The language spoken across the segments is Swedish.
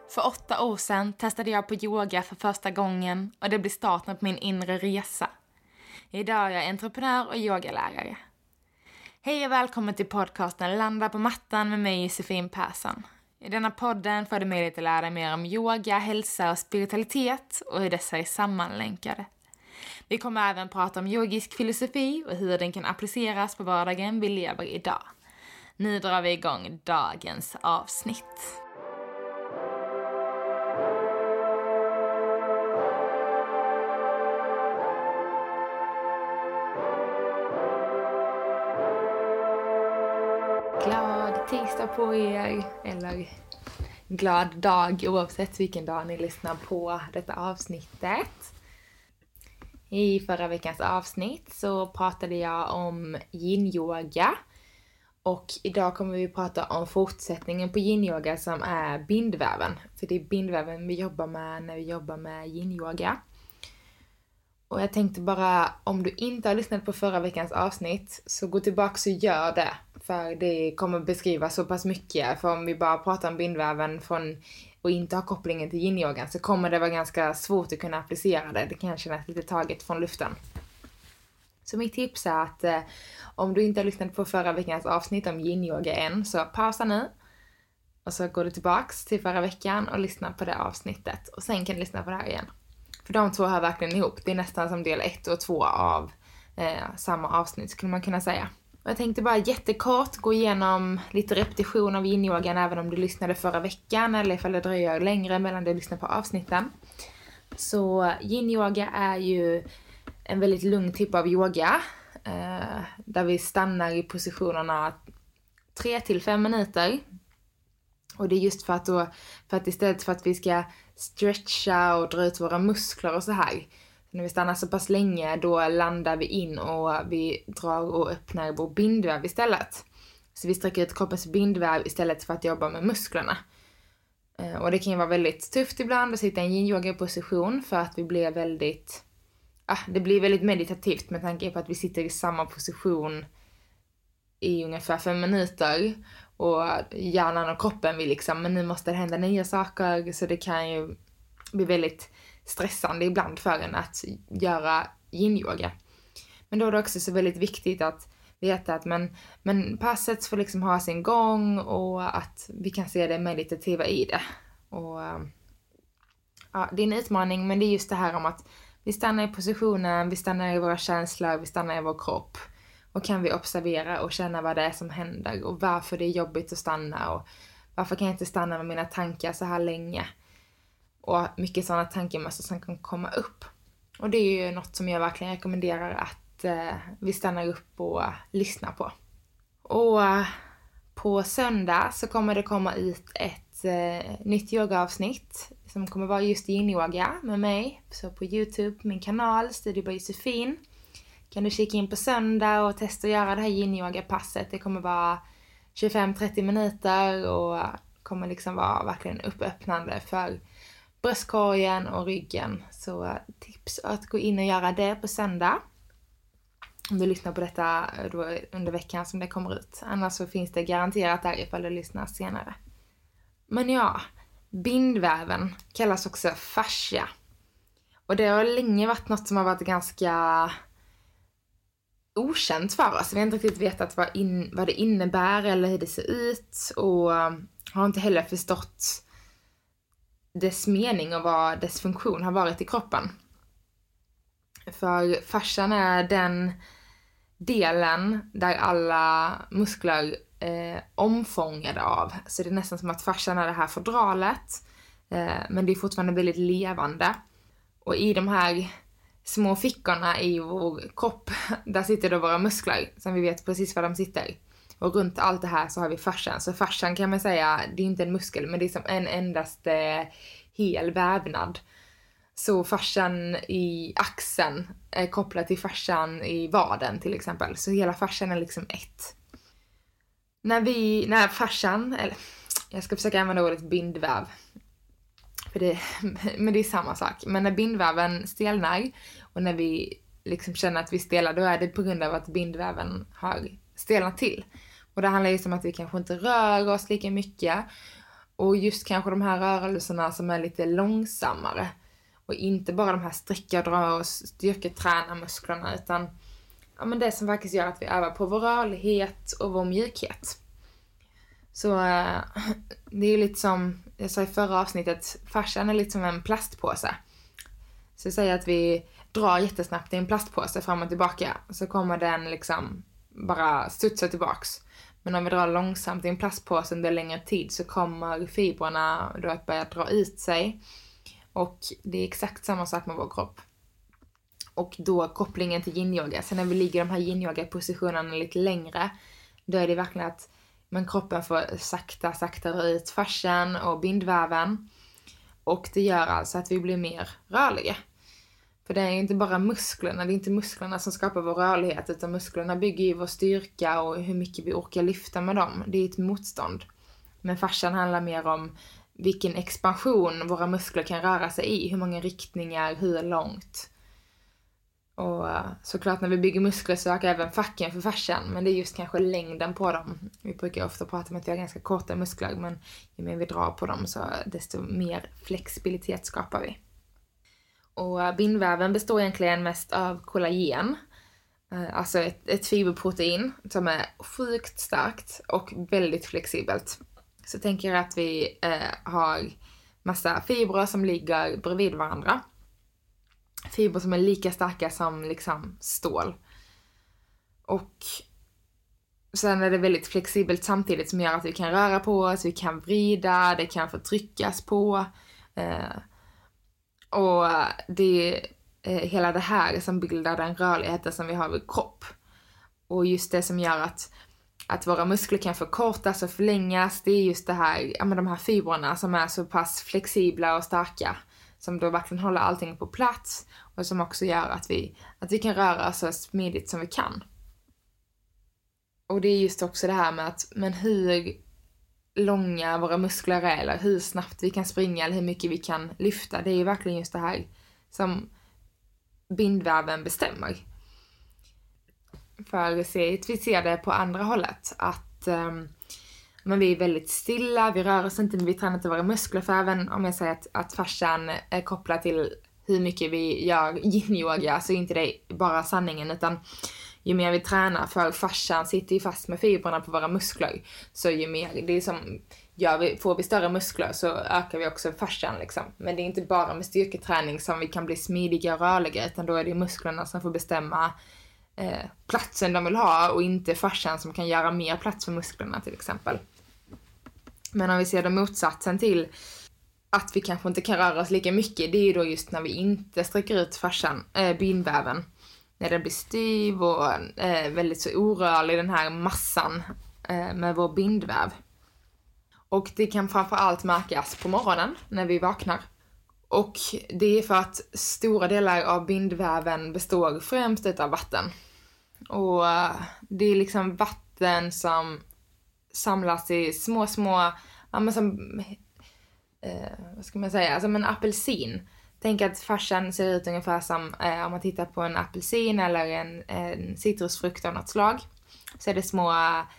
För 8 år sedan testade jag på yoga för första gången och det blev starten på min inre resa. Idag är jag entreprenör och yogalärare. Hej och välkommen till podcasten Landa på mattan med mig Josefin Persson. I denna podden får du möjlighet att lära dig mer om yoga, hälsa och spiritualitet och hur dessa är sammanlänkade. Vi kommer även prata om yogisk filosofi och hur den kan appliceras på vardagen vi lever idag. Nu drar vi igång dagens avsnitt. Glad tisdag på er, eller glad dag oavsett vilken dag ni lyssnar på detta avsnittet. I förra veckans avsnitt så pratade jag om yin-yoga. Och idag kommer vi prata om fortsättningen på yin-yoga som är bindväven. För det är bindväven vi jobbar med när vi jobbar med yin-yoga. Och jag tänkte bara, om du inte har lyssnat på förra veckans avsnitt så gå tillbaka och gör det. För det kommer beskriva så pass mycket. För om vi bara pratar om bindväven och inte har kopplingen till yin-yogan så kommer det vara ganska svårt att kunna applicera det. Det kan kännas lite taget från luften. Så mitt tips är att om du inte har lyssnat på förra veckans avsnitt om yin-yoga än så pausa nu. Och så går du tillbaks till förra veckan och lyssnar på det avsnittet. Och sen kan du lyssna på det här igen. För de två hör verkligen ihop. Det är nästan som del 1 och 2 av samma avsnitt skulle man kunna säga. Och jag tänkte bara jättekort gå igenom lite repetition av yin-yogan även om du lyssnade förra veckan eller ifall det dröjer längre mellan du lyssnar på avsnitten. Så yin-yoga är ju en väldigt lugn typ av yoga där vi stannar i positionerna 3-5 minuter. Och det är just för att istället för att vi ska stretcha och dra ut våra muskler och så här. Så när vi stannar så pass länge då landar vi in och vi drar och öppnar vår bindväv istället. Så vi sträcker ut kroppens bindväv istället för att jobba med musklerna. Och det kan ju vara väldigt tufft ibland att sitta i en yin-yoga-position för att vi blir det blir väldigt meditativt med tanke på att vi sitter i samma position i ungefär 5 minuter. Och hjärnan och kroppen vill men nu måste det hända nya saker. Så det kan ju bli väldigt stressande ibland för en att göra yin-yoga. Men då är det också så väldigt viktigt att veta att men passet får ha sin gång och att vi kan se det meditativa i det. Och det är en utmaning, men det är just det här om att vi stannar i positionen, vi stannar i våra känslor, vi stannar i vår kropp. Och kan vi observera och känna vad det är som händer och varför det är jobbigt att stanna och varför kan jag inte stanna med mina tankar så här länge. Och mycket sådana tankemönster som kan komma upp. Och det är ju något som jag verkligen rekommenderar att vi stannar upp och lyssnar på. Och på söndag så kommer det komma ut ett nytt yogaavsnitt som kommer vara just yin-yoga med mig. Så på YouTube, min kanal, Studio by Josefin. Kan du kika in på söndag och testa att göra det här yin-yoga-passet. Det kommer vara 25-30 minuter och kommer vara verkligen uppöppnande för bröstkorgen och ryggen. Så tips att gå in och göra det på söndag. Om du lyssnar på detta då under veckan som det kommer ut. Annars så finns det garanterat där ifall du lyssnar senare. Men ja, bindväven kallas också fascia. Och det har länge varit något som har varit ganska okänt för oss. Vi har inte riktigt vetat vad det innebär eller hur det ser ut. Och har inte heller förstått dess mening och vad dess funktion har varit i kroppen. För fascian är den delen där alla muskler är omfångade av. Så det är nästan som att fascian är det här fodralet. Men det är fortfarande väldigt levande. Och i de här små fickorna i vår kropp, där sitter då våra muskler som vi vet precis var de sitter. Och runt allt det här så har vi fascian. Så fascian kan man säga, det är inte en muskel men det är som en endast hel vävnad. Så fascian i axeln är kopplad till fascian i vaden till exempel. Så hela fascian är ett. När fascian, eller jag ska försöka använda ordet bindväv. Men det är samma sak. Men när bindväven stelnar och när vi känner att vi stelar, då är det på grund av att bindväven har stelnat till. Och det handlar ju om att vi kanske inte rör oss lika mycket. Och just kanske de här rörelserna som är lite långsammare. Och inte bara de här sträcka, dra och styrketräna musklerna, utan men det som faktiskt gör att vi övar på vår rörlighet och vår mjukhet. Så det är lite som jag sa i förra avsnittet, fascian är lite som en plastpåse. Så säg att vi drar jättesnabbt i en plastpåse fram och tillbaka, så kommer den liksom bara studsa tillbaks. Men om vi drar långsamt i en plastpåse under längre tid så kommer fibrerna då att börja dra ut sig. Och det är exakt samma sak med vår kropp. Och då kopplingen till yin-yoga. Så när vi ligger i de här yin-yoga-positionerna lite längre, då är det verkligen att kroppen får sakta dra ut fascian och bindväven. Och det gör alltså att vi blir mer rörliga. För det är inte bara musklerna, det är inte musklerna som skapar vår rörlighet, utan musklerna bygger ju vår styrka och hur mycket vi orkar lyfta med dem. Det är ett motstånd. Men fascian handlar mer om vilken expansion våra muskler kan röra sig i, hur många riktningar, hur långt. Och såklart när vi bygger muskler så ökar även facken för fascian, men det är just kanske längden på dem. Vi brukar ofta prata om att vi har ganska korta muskler, men ju mer vi drar på dem så desto mer flexibilitet skapar vi. Och bindväven består egentligen mest av kollagen, alltså ett fiberprotein som är sjukt starkt och väldigt flexibelt. Så tänker jag att vi har massa fibrer som ligger bredvid varandra. Fibrer som är lika starka som liksom stål. Och sen är det väldigt flexibelt samtidigt, som gör att vi kan röra på oss, vi kan vrida, det kan förtryckas på. Och det är hela det här som bildar den rörligheten som vi har i kropp. Och just det som gör att våra muskler kan förkortas och förlängas, det är just det här, de här fibrerna som är så pass flexibla och starka, som då verkligen håller allting på plats och som också gör att vi kan röra oss så smidigt som vi kan. Och det är just också det här med men hur långa våra muskler är, eller hur snabbt vi kan springa, eller hur mycket vi kan lyfta. Det är ju verkligen just det här som bindväven bestämmer. För vi ser det på andra hållet, att men vi är väldigt stilla, vi rör oss inte, vi tränar inte våra muskler. För även om jag säger att fascian är kopplad till hur mycket vi gör yin-yoga, så är inte det bara sanningen, utan ju mer vi tränar, för fascian sitter ju fast med fibrerna på våra muskler, så ju mer, det är som, får vi större muskler så ökar vi också fascian liksom. Men det är inte bara med styrketräning som vi kan bli smidiga och rörliga, utan då är det musklerna som får bestämma platsen de vill ha, och inte fascian som kan göra mer plats för musklerna till exempel. Men om vi ser det motsatsen till att vi kanske inte kan röra oss lika mycket, det är ju då just när vi inte sträcker ut fascian, bindväven. När den blir styv och väldigt så orörlig, den här massan med vår bindväv. Och det kan framförallt märkas på morgonen när vi vaknar. Och det är för att stora delar av bindväven består främst av vatten. Och det är liksom vatten som samlas i små, vad ska man säga, som en apelsin. Tänk att fascian ser ut ungefär som om man tittar på en apelsin eller en citrusfrukt av något slag. Så är det små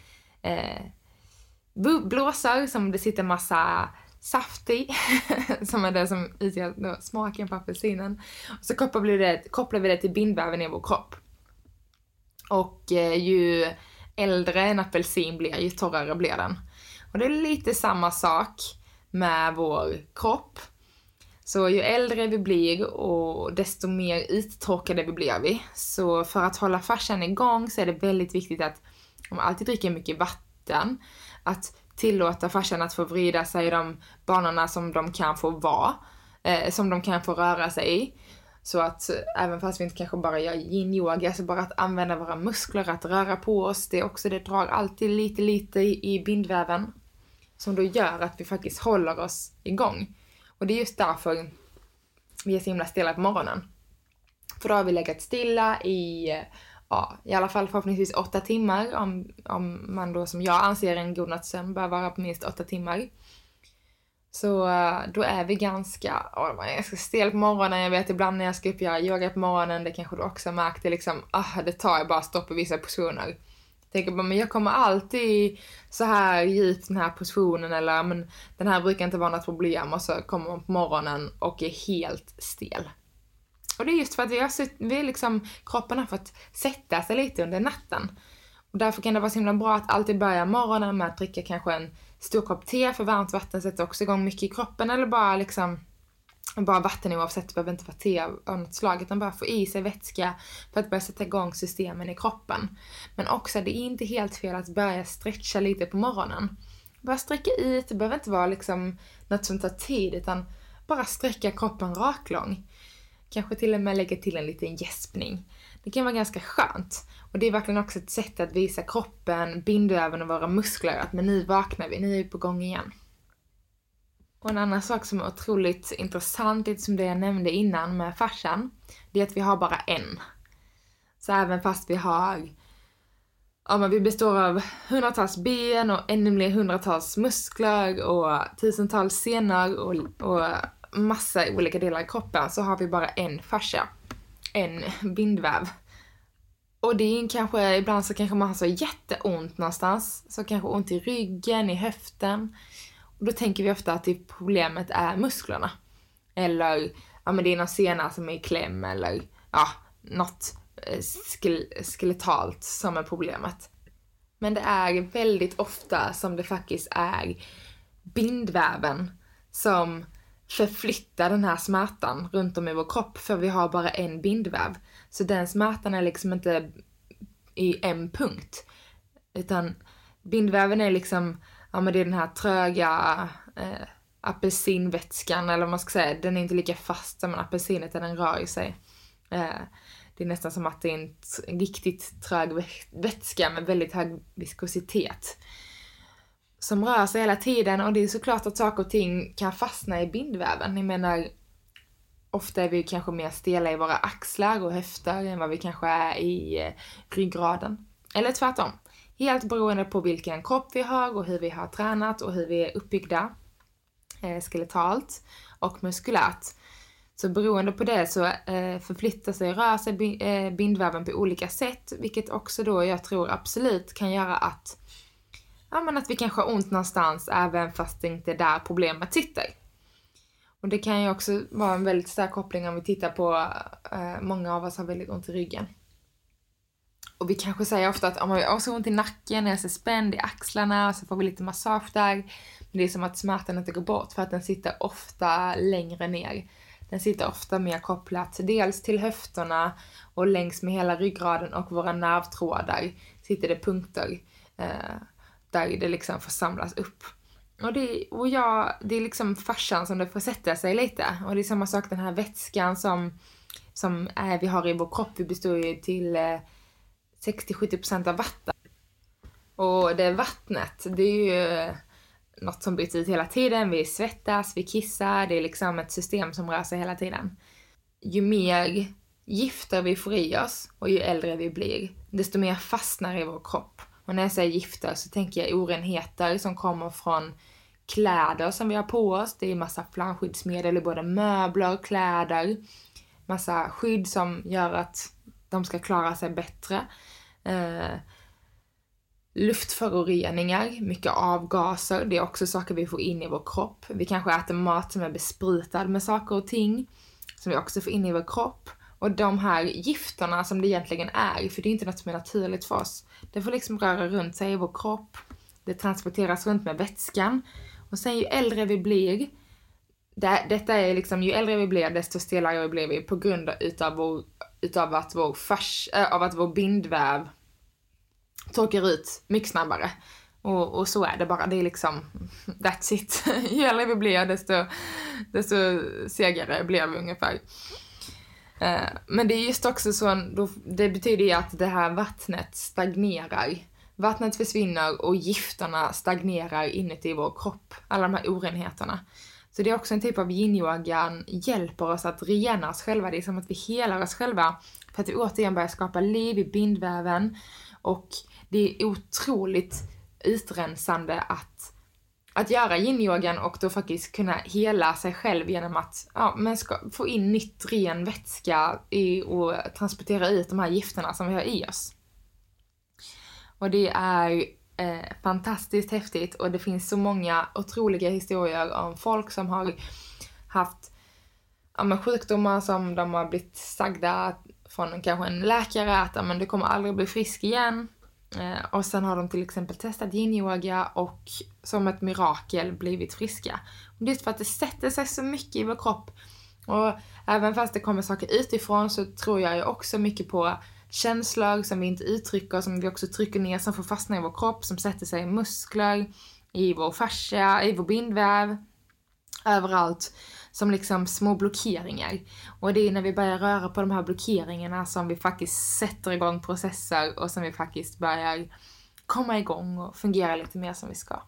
blåsar som det sitter massa saft i, som är det som utgör smaken på apelsinen. Och så kopplar vi det till bindväven i vår kropp. Och ju äldre en apelsin blir, ju torrare blir den. Och det är lite samma sak med vår kropp. Så ju äldre vi blir och desto mer uttorkade blir vi. Så för att hålla fascian igång så är det väldigt viktigt att man alltid dricker mycket vatten. Att tillåta fascian att få vrida sig i de banorna som de kan få vara. Som de kan få röra sig i. Så att även fast vi inte kanske bara gör yin-yoga, så bara att använda våra muskler, att röra på oss. Det drar alltid lite i bindväven. Som då gör att vi faktiskt håller oss igång. Och det är just därför vi är så himla stilla på morgonen. För då har vi legat stilla i alla fall förhoppningsvis 8 timmar. Om man då, som jag anser, en god nattsömn bör vara på minst 8 timmar. Så då är vi ganska stel på morgonen. Jag vet ibland när jag ska upp göra yoga på morgonen, det kanske du också märkt, det liksom, det tar bara stopp i vissa positioner. tänker bara, men jag kommer alltid så här djupt den här positionen, eller men den här brukar inte vara något problem, och så kommer man på morgonen och är helt stel. Och det är just för att vi liksom, kroppen har fått sätta sig lite under natten. Och därför kan det vara så himla bra att alltid börja morgonen med att dricka kanske en stor kopp te, för varmt vatten sätter också igång mycket i kroppen, eller bara vatten oavsett, det behöver inte vara te av något slag, utan bara få i sig vätska för att börja sätta igång systemen i kroppen. Men också, det är inte helt fel att börja stretcha lite på morgonen. Bara sträcka ut, det behöver inte vara liksom något som tar tid, utan bara sträcka kroppen raklång. Kanske till och med lägga till en liten gäspning. Det kan vara ganska skönt. Och det är verkligen också ett sätt att visa kroppen, bindväven och våra muskler att men nu vaknar vi, nu är vi på gång igen. Och en annan sak som är otroligt intressant, lite som det jag nämnde innan med fascian, det är att vi har bara en. Så även fast vi består av hundratals ben och ännu mer hundratals muskler och tusentals senor och massa olika delar i kroppen, så har vi bara en fascia, en bindväv. Och det är kanske, ibland så kanske man har så jätteont någonstans, så kanske ont i ryggen, i höften. Och då tänker vi ofta att problemet är musklerna. Eller men det är någon sena som är i kläm, eller något skeletalt som är problemet. Men det är väldigt ofta som det faktiskt är bindväven som förflyttar den här smärtan runt om i vår kropp, för vi har bara en bindväv. Så den smärtan är liksom inte i en punkt, utan bindväven är liksom, det är den här tröga apelsinvätskan, eller vad man ska säga, den är inte lika fast som en apelsin, utan den rör sig. Det är nästan som att det är en riktigt trög vätska med väldigt hög viskositet som rör sig hela tiden. Och det är såklart att saker och ting kan fastna i bindväven. Jag menar, ofta är vi kanske mer stela i våra axlar och höfter än vad vi kanske är i ryggraden. Eller tvärtom. Helt beroende på vilken kropp vi har och hur vi har tränat och hur vi är uppbyggda skeletalt och muskulärt. Så beroende på det så förflyttar sig och rör sig bindväven på olika sätt, vilket också då jag tror absolut kan göra att vi kanske har ont någonstans även fast det inte är där problemet sitter. Och det kan ju också vara en väldigt stark koppling om vi tittar på många av oss har väldigt ont i ryggen. Och vi kanske säger ofta att vi har så ont i nacken, jag ser spänd i axlarna och så får vi lite massage där. Men det är som att smärtan inte går bort, för att den sitter ofta längre ner. Den sitter ofta mer kopplat dels till höfterna och längs med hela ryggraden och våra nervtrådar sitter det punkter där det liksom får samlas upp. Och det är liksom fascian som det får sätta sig lite. Och det är samma sak, den här vätskan som vi har i vår kropp. Vi består ju till 60-70% av vatten. Och det vattnet, det är ju något som byts ut hela tiden. Vi svettas, vi kissar. Det är liksom ett system som rör sig hela tiden. Ju mer gifter vi får i oss och ju äldre vi blir, desto mer fastnar i vår kropp. Och när jag säger gifter så tänker jag orenheter som kommer från kläder som vi har på oss. Det är massa flamskyddsmedel i både möbler och kläder. Massa skydd som gör att de ska klara sig bättre. Luftföroreningar, mycket avgaser. Det är också saker vi får in i vår kropp. Vi kanske äter mat som är besprutad med saker och ting som vi också får in i vår kropp. Och de här gifterna som det egentligen är, för det är inte något som är naturligt för oss, det får liksom röra runt sig i vår kropp. Det transporteras runt med vätskan. Och sen ju äldre vi blir, detta är liksom, ju äldre vi blir desto stelare blir vi på grund utav att vår bindväv torkar ut mycket snabbare. Och så är det bara, det är liksom that's it. Ju äldre vi blir desto segare blir vi ungefär. Men det är just också så, det betyder ju att det här vattnet stagnerar. Vattnet försvinner och gifterna stagnerar inuti vår kropp. Alla de här orenheterna. Så det är också en typ av yin-yogan hjälper oss att rena oss själva. Det är som att vi helar oss själva för att vi återigen börjar skapa liv i bindväven. Och det är otroligt utrensande att göra yin-yogan och då faktiskt kunna hela sig själv genom att få in nytt ren vätska och transportera ut de här gifterna som vi har i oss. Och det är fantastiskt häftigt, och det finns så många otroliga historier om folk som har haft sjukdomar som de har blivit sagda från kanske en läkare att du kommer aldrig bli frisk igen. Och sen har de till exempel testat yin-yoga och som ett mirakel blivit friska. Och det är för att det sätter sig så mycket i vår kropp. Och även fast det kommer saker utifrån så tror jag också mycket på känslor som vi inte uttrycker, som vi också trycker ner, som får fastna i vår kropp, som sätter sig i muskler, i vår fascia, i vår bindväv, överallt, som liksom små blockeringar. Och det är när vi börjar röra på de här blockeringarna som vi faktiskt sätter igång processer och som vi faktiskt börjar komma igång och fungera lite mer som vi ska.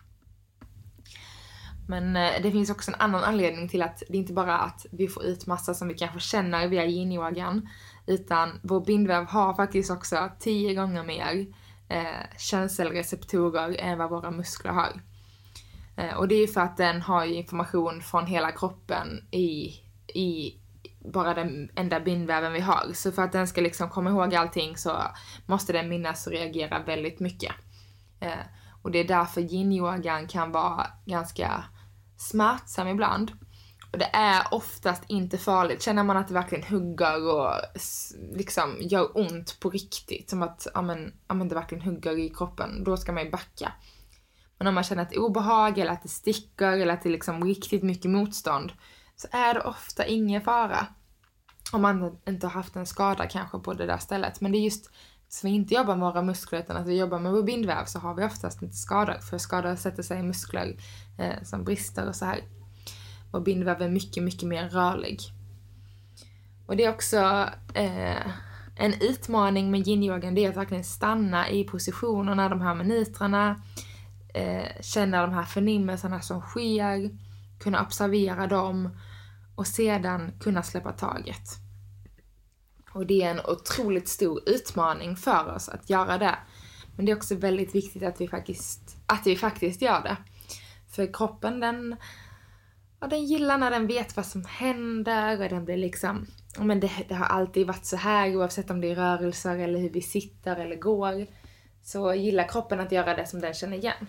Men det finns också en annan anledning till att det inte bara är att vi får ut massa som vi kanske känner via yin-yogan, utan vår bindväv har faktiskt också 10 gånger mer känselreceptorer än vad våra muskler har. Och det är för att den har information från hela kroppen i bara den enda bindväven vi har. Så för att den ska liksom komma ihåg allting så måste den minnas och reagera väldigt mycket. Och det är därför yin-yogan kan vara ganska smärtsam ibland. Och det är oftast inte farligt. Känner man att det verkligen hugger och liksom gör ont på riktigt, som att det verkligen hugger i kroppen, då ska man ju backa. Men om man känner ett obehag eller att det sticker eller att det är liksom riktigt mycket motstånd, så är det ofta ingen fara. Om man inte har haft en skada kanske på det där stället. Men det är just så vi inte jobbar med våra muskler utan att vi jobbar med vår bindväv, så har vi oftast inte skador. För skador sätter sig i muskler som brister och så här. Vår bindväv är mycket, mycket mer rörlig. Och det är också en utmaning med yin-yogan, det är att verkligen stanna i positionerna de här minuterna. Känna de här förnimmelserna som sker, kunna observera dem och sedan kunna släppa taget. Och det är en otroligt stor utmaning för oss att göra det. Men det är också väldigt viktigt att vi faktiskt gör det. För kroppen den gillar när den vet vad som händer, och den blir liksom, men det har alltid varit så här, oavsett om det är rörelser eller hur vi sitter eller går, så gillar kroppen att göra det som den känner igen.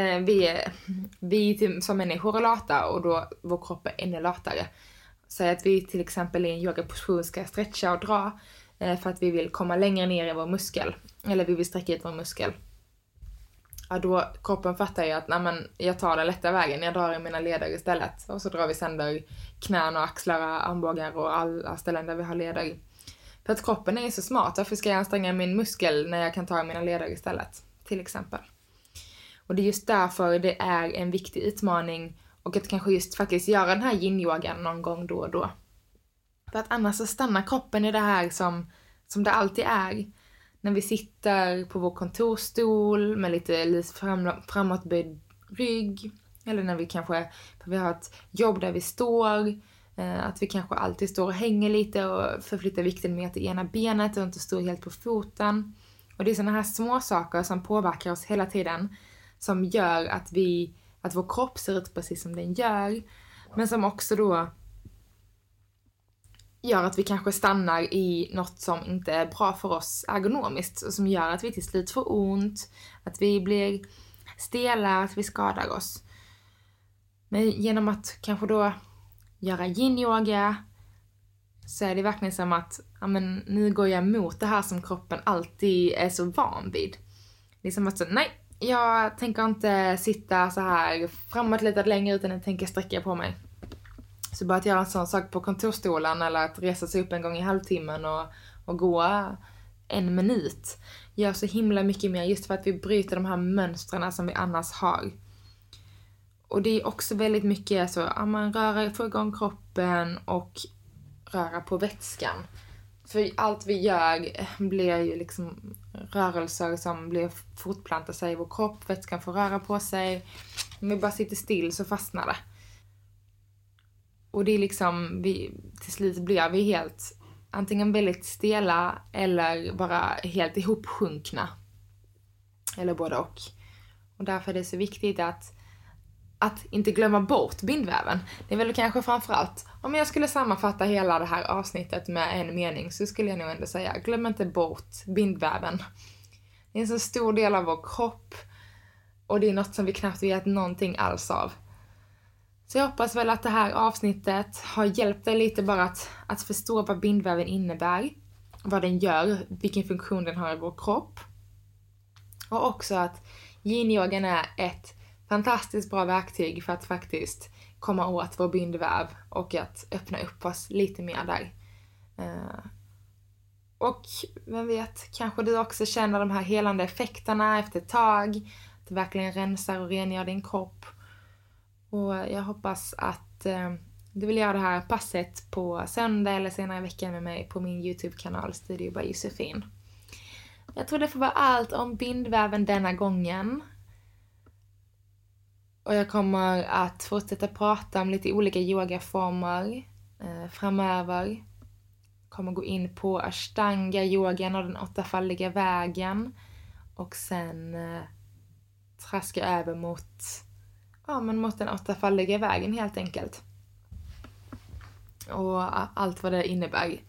Vi som människor är lata, och då vår kropp är ännu latare. Så att vi till exempel i en yogaposition ska stretcha och dra för att vi vill komma längre ner i vår muskel, eller vi vill sträcka ut vår muskel. Ja, då kroppen fattar ju att jag tar den lätta vägen, jag drar i mina leder istället. Och så drar vi sönder knän och axlar, armbågar och alla ställen där vi har leder. För att kroppen är så smart, varför ska jag anstränga min muskel när jag kan ta i mina leder istället, till exempel. Och det är just därför det är en viktig utmaning, och att kanske just faktiskt göra den här yin-yogan någon gång då och då. För att annars så stannar kroppen i det här som det alltid är. När vi sitter på vår kontorstol med lite framåtböjd rygg. Eller när vi har ett jobb där vi står. Att vi kanske alltid står och hänger lite och förflyttar vikten med till ena benet och inte står helt på foten. Och det är sådana här små saker som påverkar oss hela tiden. Som gör att vår kropp ser ut precis som den gör. Men som också då gör att vi kanske stannar i något som inte är bra för oss ergonomiskt. Och som gör att vi till slut får ont. Att vi blir stela, att vi skadar oss. Men genom att kanske då göra yin-yoga, så är det verkligen som att nu går jag emot det här som kroppen alltid är så van vid. Det är som att nej, jag tänker inte sitta så här framåt lite längre, utan jag tänker sträcka på mig. Så bara att göra en sån sak på kontorstolen, eller att resa sig upp en gång i halvtimmen och gå 1 minut, gör så himla mycket mer, just för att vi bryter de här mönstren som vi annars har. Och det är också väldigt mycket så att man få igång kroppen och röra på vätskan. För allt vi gör blir ju liksom rörelser som blir fortplanta sig i vår kropp. Vätskan får röra på sig. Om vi bara sitter still så fastnar det. Och det är liksom, till slut blir vi helt antingen väldigt stela eller bara helt ihopsjunkna. Eller både och. Och därför är det så viktigt att inte glömma bort bindväven. Det är väl kanske framförallt, om jag skulle sammanfatta hela det här avsnittet med en mening, så skulle jag nog ändå säga, glöm inte bort bindväven. Det är en så stor del av vår kropp. Och det är något som vi knappt vet någonting alls av. Så jag hoppas väl att det här avsnittet har hjälpt dig lite bara att förstå vad bindväven innebär. Vad den gör, vilken funktion den har i vår kropp. Och också att yin-yogan är ett fantastiskt bra verktyg för att faktiskt komma åt vår bindväv och att öppna upp oss lite mer där. Och vem vet, kanske du också känner de här helande effekterna efter ett tag. Att det verkligen rensar och rengör din kropp. Och jag hoppas att du vill göra det här passet på söndag eller senare i veckan med mig på min YouTube-kanal Studio by Josefin. Jag tror det får vara allt om bindväven denna gången. Och jag kommer att fortsätta prata om lite olika yogaformer framöver. Kommer gå in på ashtanga-yogan och den 8-faldiga vägen. Och sen traska över mot den 8-faldiga vägen helt enkelt. Och allt vad det innebär.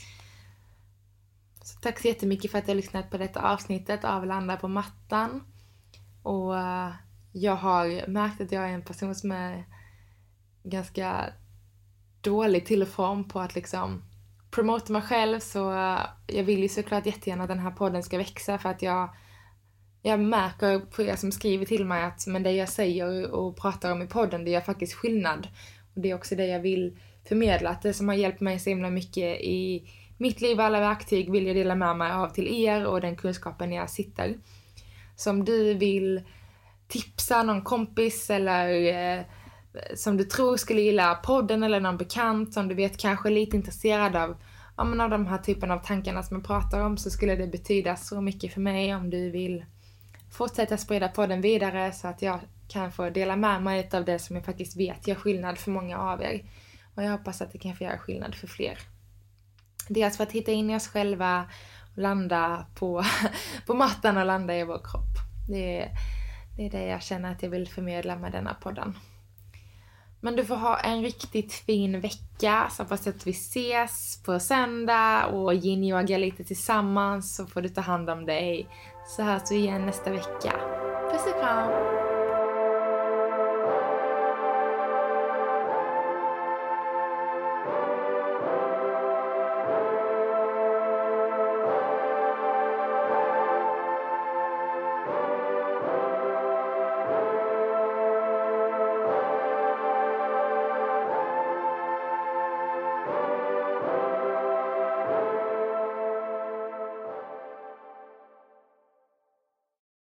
Så tack så jättemycket för att jag har lyssnat på detta avsnittet av Landa på mattan. Och jag har märkt att jag är en person som är ganska dålig till och från på att liksom promota mig själv. Så jag vill ju såklart jättegärna att den här podden ska växa, för att jag märker på er som skriver till mig att men det jag säger och pratar om i podden, det gör faktiskt skillnad. Och det är också det jag vill förmedla, att det som har hjälpt mig så himla mycket i mitt liv och alla verktyg vill jag dela med mig av till er och den kunskapen jag sitter. Så om du vill tipsa någon kompis eller som du tror skulle gilla podden eller någon bekant som du vet kanske är lite intresserad av de här typen av tankarna som jag pratar om, så skulle det betyda så mycket för mig om du vill fortsätta sprida podden vidare så att jag kan få dela med mig av det som jag faktiskt vet gör skillnad för många av er. Och jag hoppas att det kan få göra skillnad för fler. Dels för att hitta in i oss själva och landa på mattan och landa i vår kropp. Det är det jag känner att jag vill förmedla med denna podden. Men du får ha en riktigt fin vecka. Så hoppas att vi ses på söndag och yin-yoga lite tillsammans. Så får du ta hand om dig. Så hörs vi igen nästa vecka. Puss och kram!